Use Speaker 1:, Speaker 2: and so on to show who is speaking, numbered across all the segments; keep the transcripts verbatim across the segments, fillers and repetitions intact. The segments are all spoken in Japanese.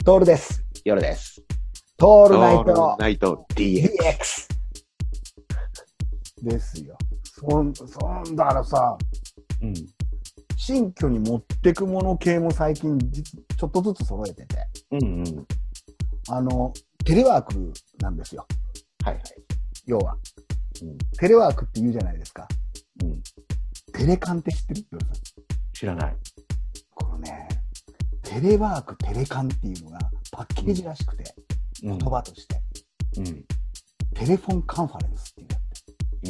Speaker 1: トールです。
Speaker 2: 夜です。
Speaker 1: トールナイト
Speaker 2: トールナイト ディーエックス。
Speaker 1: ディーエックス ですよ。そん、そんだからさ、うん、新居に持ってくもの系も最近ちょっとずつ揃えてて、うんうん、あのテレワークなんですよ。はいはい。要は、うん、テレワークって言うじゃないですか。うん、テレカンって知ってる？
Speaker 2: 知らない。
Speaker 1: このね、テレワーク、テレカンっていうのがパッケージらしくて、うん、言葉として、うん、テレフォンカンファレンスっていうんだって。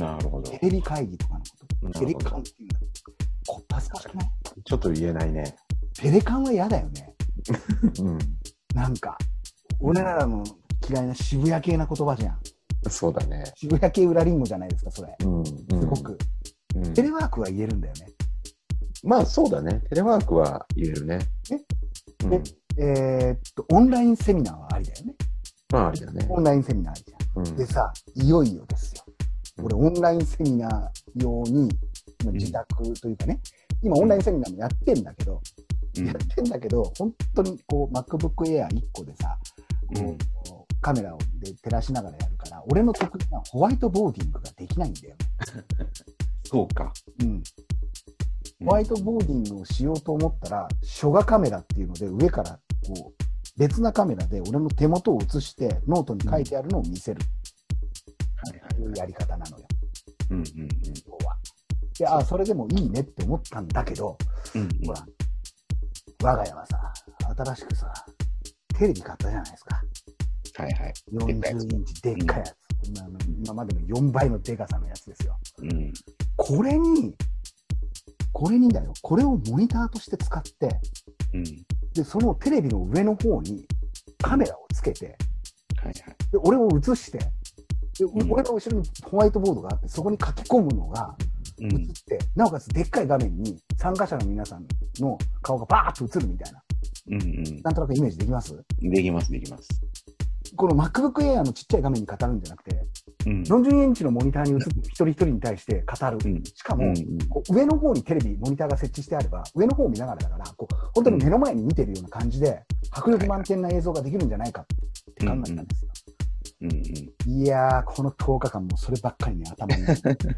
Speaker 1: なるほど。テレビ会議とかのこと。テレカンっていうんだって。こっぱずかしくない？
Speaker 2: ちょっと言えないね。
Speaker 1: テレカンは嫌だよね。うん、なんか、俺らの嫌いな渋谷系な言葉じゃん。
Speaker 2: そうだね。
Speaker 1: 渋谷系裏リンゴじゃないですか、それ。うんうん、すごく、うん。テレワークは言えるんだよね。
Speaker 2: まあそうだね。テレワークは言えるね。
Speaker 1: え、うん、えー、っと、オンラインセミナーはありだよね。
Speaker 2: まあありだね。
Speaker 1: オンラインセミナーありじゃん。うん、でさ、いよいよですよ。俺、オンラインセミナー用に、自宅というかね、今オンラインセミナーもやってんだけど、うん、やってんだけど、本当にこう MacBook Air いっこでさ、こう、うん、カメラをで照らしながらやるから、俺の得意なホワイトボーディングができないんだよね。
Speaker 2: そうか。うん。
Speaker 1: ホワイトボーディングをしようと思ったら、書画カメラっていうので上からこう別なカメラで俺の手元を写してノートに書いてあるのを見せる。というやり方なのよ。うんうんうん。要は。で、あ、それでもいいねって思ったんだけど、うんうん、ほら、我が家はさ、新しくさ、テレビ買ったじゃないですか。はいはい。よんじゅうインチでっかいやつ。うん、今までのよんばいのでかさのやつですよ。うん、これに、これにだよ。これをモニターとして使って、うん、で、そのテレビの上の方にカメラをつけて、はいはい、で俺を映して、で、うん、俺の後ろにホワイトボードがあって、そこに書き込むのが映って、うん、なおかつでっかい画面に参加者の皆さんの顔がバーッと映るみたいな。うんうん、なんとなくイメージできます？
Speaker 2: できます、できます。
Speaker 1: この MacBook Air のちっちゃい画面に語るんじゃなくて、うん、よんじゅうインチのモニターに映って一人一人に対して語る。うん、しかも、うんうん、こう上の方にテレビ、モニターが設置してあれば、上の方を見ながらだから、こう本当に目の前に見てるような感じで、迫力満点な映像ができるんじゃないかって考えたんですよ。うんうん、いやー、このとおかかんもそればっかりね、頭に。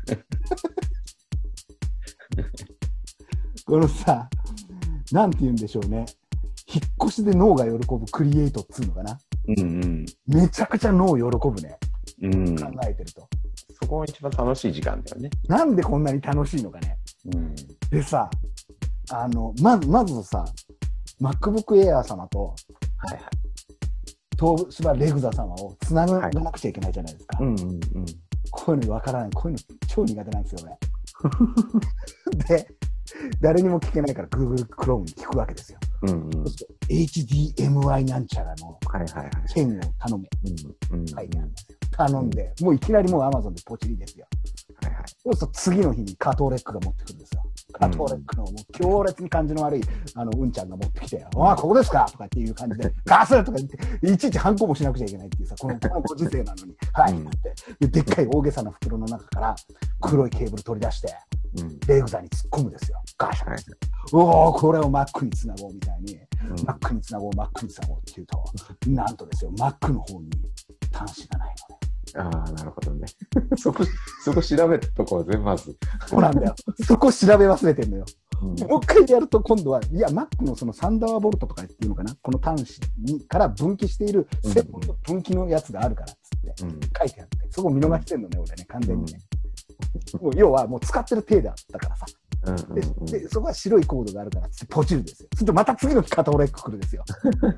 Speaker 1: このさ、なんて言うんでしょうね。引っ越しで脳が喜ぶクリエイトっつうのかな。うんうん、めちゃくちゃ脳喜ぶね。うん、考えてると。
Speaker 2: そこが一番楽しい時間だよね。
Speaker 1: なんでこんなに楽しいのかね。うん、でさ、あの、まず、まずさ、MacBook Air 様と、はいはい、東芝レグザ様をつながなくちゃいけないじゃないですか。はい、うんうんうん、こういうのわからない。こういうの超苦手なんですよね。で、誰にも聞けないから Google Chrome に聞くわけですよ。うんうん、エイチディーエムアイ なんちゃらのペンを頼め。うんうん、書いてあるんですよ。頼んで、もういきなりもう Amazon でポチリですよ。はいはい、そうすると次の日にカトーレックが持ってくるんですよ。カトーレックのもう強烈に感じの悪いあのうんちゃんが持ってきて、ああ、ここですかとかっていう感じで、ガスとか言って、いちいちハンコもしなくちゃいけないっていうさ、この、このご時世なのに、はい、って、で、でっかい大げさな袋の中から黒いケーブル取り出して、うん、レグザに突っ込むですよ。ガシャン、はい、おお、これを Mac につなごうみたいに、うん、Mac につなごう、Mac につなごうっていうと、なんとですよ、Mac の方に端子がないのね。
Speaker 2: ああ、なるほどね。そこ、そこ調べるとこは全まず。
Speaker 1: そうなんだよ。そこ調べ忘れてんのよ。うん、もう一回やると今度は、いや、Mac のそのサンダーボルトとかっていうのかな、この端子にから分岐している専門の分岐のやつがあるからっつって、うん、書いてあって、そこ見逃してんのね、俺ね、完全にね。もう要はもう使ってる手だったからさ。うんうんうん、で, でそこは白いコードがあるからってポチるですよ。するとまた次の日カトーレック来るですよ。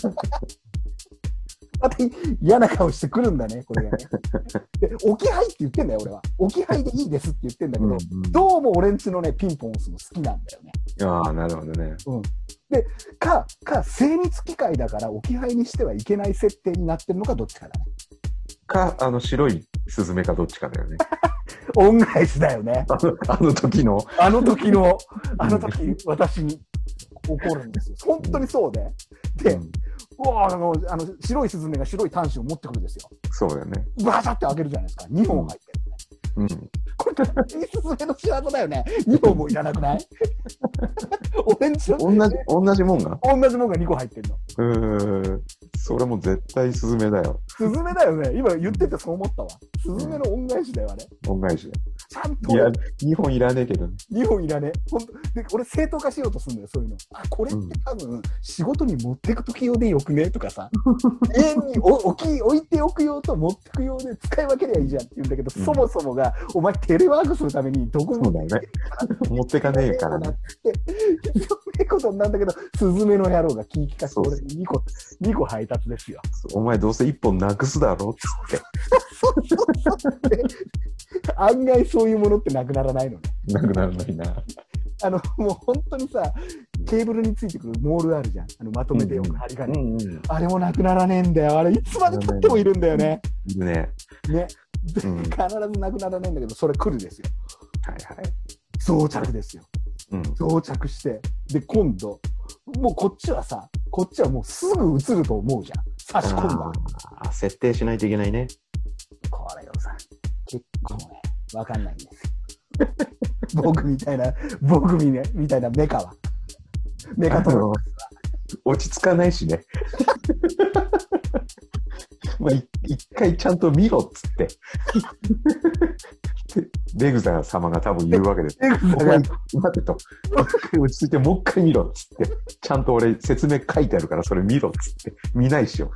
Speaker 1: また嫌な顔してくるんだね、これがね。で、置き配って言ってんだよ、俺は。置き配でいいですって言ってんだけど、うんうん、どうも俺んちのね、ピンポン押すの好きなんだよね。
Speaker 2: ああ、なるほどね。
Speaker 1: うん。で、か、か、精密機械だから置き配にしてはいけない設定になってるのかどっちかだね。
Speaker 2: か、あの、白いスズメかどっちかだよね。
Speaker 1: 恩返しだよね。
Speaker 2: あの、あの時の。
Speaker 1: あの時の、あの時、私に怒るんですよ。本当にそうで。で、うん、うわあの、あの、白いスズメが白い端子を持ってくるんですよ。
Speaker 2: そうだよね。
Speaker 1: バシャって開けるじゃないですか。にほん入ってるね。うん。これ、スズメの仕業だよね。にほんもいらなくない？
Speaker 2: 俺んちの同じ、同じもんが
Speaker 1: 同じもんがにこ入ってるの。
Speaker 2: うーん。 それも絶対スズメだよ。
Speaker 1: スズメだよね。今言っててそう思ったわ。スズメの恩返しだよ、あれ。
Speaker 2: 恩返しだよ。
Speaker 1: ちゃんと。
Speaker 2: いや、にほんいらねえけどね。
Speaker 1: にほんいらねえ。ほんと。で、俺正当化しようとするんだよ、そういうの。あ、これって多分、仕事に持ってくとき用でよくねとかさ。家に置き、置いておく用と持ってく用で使い分けりゃいいじゃんって言うんだけど、うん、そもそもが、お前テレワークするためにどこも。
Speaker 2: そうだよね。持ってかねえからね。
Speaker 1: そういうことなんだけど、スズメの野郎が気利かして、俺にこ、にこ配達ですよ。
Speaker 2: お前どうせいっぽんなくすだろって。
Speaker 1: そうそうそうって。案外そういうものってなくならないのね。
Speaker 2: なくならないな。
Speaker 1: あの、もう本当にさ、ケーブルについてくるモールあるじゃん。あの、まとめておく針金、うんうん。あれもなくならねえんだよ。あれ、いつまで経ってもいるんだよね。
Speaker 2: いるね。
Speaker 1: ね。うん、必ずなくならねえんだけど、それ来るですよ。
Speaker 2: はいはい。
Speaker 1: 装着ですよ。うん、装着して、で、今度、もうこっちはさ、こっちはもうすぐ映ると思うじゃん。差し込んだ。
Speaker 2: あ、設定しないといけないね。
Speaker 1: これをさ、結構ね、わかんないんですよ。僕みたいな、僕み,、ね、みたいなメカは。メカトロックスは。
Speaker 2: 落ち着かないしね。まあ、一回ちゃんと見ろっつって。レグザ様が多分言うわけです。
Speaker 1: レグザが
Speaker 2: 待てと。落ち着いてもう一回見ろっつって。ちゃんと俺説明書いてあるからそれ見ろっつって。見ないしよ。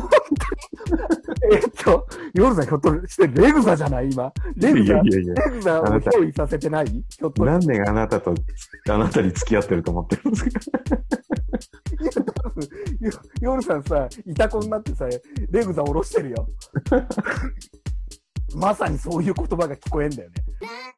Speaker 1: えっと、ヨルさんひょっとしてレグザじゃない今。レグザ、いやいやいやレグザを憑依させてないひょっと
Speaker 2: 何年あなたと、あなたに付き合ってると思ってるんですか。
Speaker 1: いや、多分、ヨルさんさ、イタコになってさ、レグザ下ろしてるよ。まさにそういう言葉が聞こえんだよね。